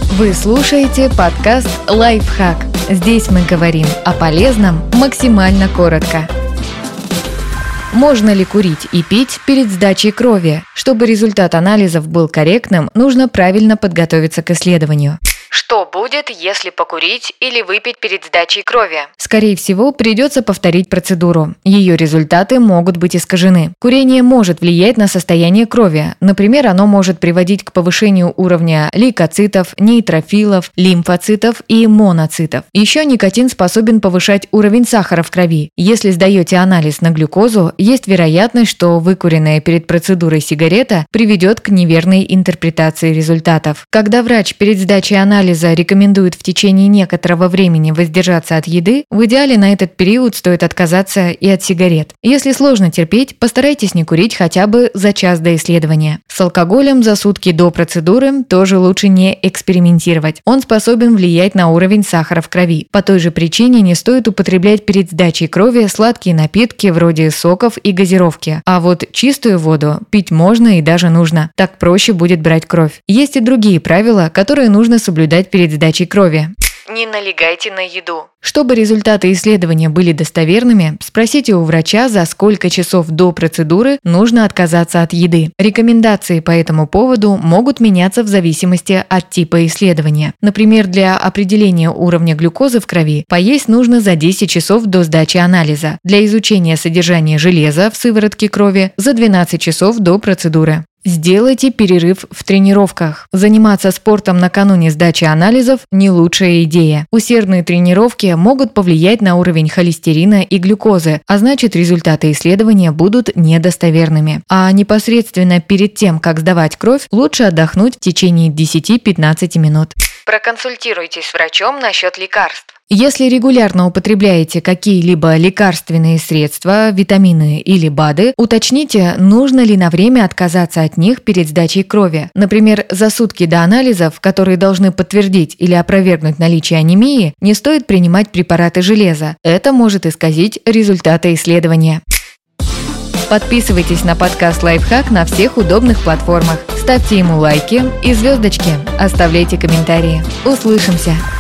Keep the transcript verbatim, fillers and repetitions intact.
Вы слушаете подкаст «Лайфхак». Здесь мы говорим о полезном максимально коротко. Можно ли курить и пить перед сдачей крови? Чтобы результат анализов был корректным, нужно правильно подготовиться к исследованию. Что будет, если покурить или выпить перед сдачей крови? Скорее всего, придется повторить процедуру. Ее результаты могут быть искажены. Курение может влиять на состояние крови. Например, оно может приводить к повышению уровня лейкоцитов, нейтрофилов, лимфоцитов и моноцитов. Еще никотин способен повышать уровень сахара в крови. Если сдаете анализ на глюкозу, есть вероятность, что выкуренная перед процедурой сигарета приведет к неверной интерпретации результатов. Когда врач перед сдачей анализа рекомендует в течение некоторого времени воздержаться от еды, в идеале на этот период стоит отказаться и от сигарет. Если сложно терпеть, постарайтесь не курить хотя бы за час до исследования. С алкоголем за сутки до процедуры тоже лучше не экспериментировать. Он способен влиять на уровень сахара в крови. По той же причине не стоит употреблять перед сдачей крови сладкие напитки вроде соков и газировки. А вот чистую воду пить можно и даже нужно. Так проще будет брать кровь. Есть и другие правила, которые нужно соблюдать перед сдачей крови. Не налегайте на еду. Чтобы результаты исследования были достоверными, спросите у врача, за сколько часов до процедуры нужно отказаться от еды. Рекомендации по этому поводу могут меняться в зависимости от типа исследования. Например, для определения уровня глюкозы в крови поесть нужно за десять часов до сдачи анализа. Для изучения содержания железа в сыворотке крови за двенадцать часов до процедуры. Сделайте перерыв в тренировках. Заниматься спортом накануне сдачи анализов – не лучшая идея. Усердные тренировки могут повлиять на уровень холестерина и глюкозы, а значит, результаты исследования будут недостоверными. А непосредственно перед тем, как сдавать кровь, лучше отдохнуть в течение десяти-пятнадцати минут. Проконсультируйтесь с врачом насчет лекарств. Если регулярно употребляете какие-либо лекарственные средства, витамины или БАДы, уточните, нужно ли на время отказаться от них перед сдачей крови. Например, за сутки до анализов, которые должны подтвердить или опровергнуть наличие анемии, не стоит принимать препараты железа. Это может исказить результаты исследования. Подписывайтесь на подкаст «Лайфхак» на всех удобных платформах. Ставьте ему лайки и звездочки. Оставляйте комментарии. Услышимся!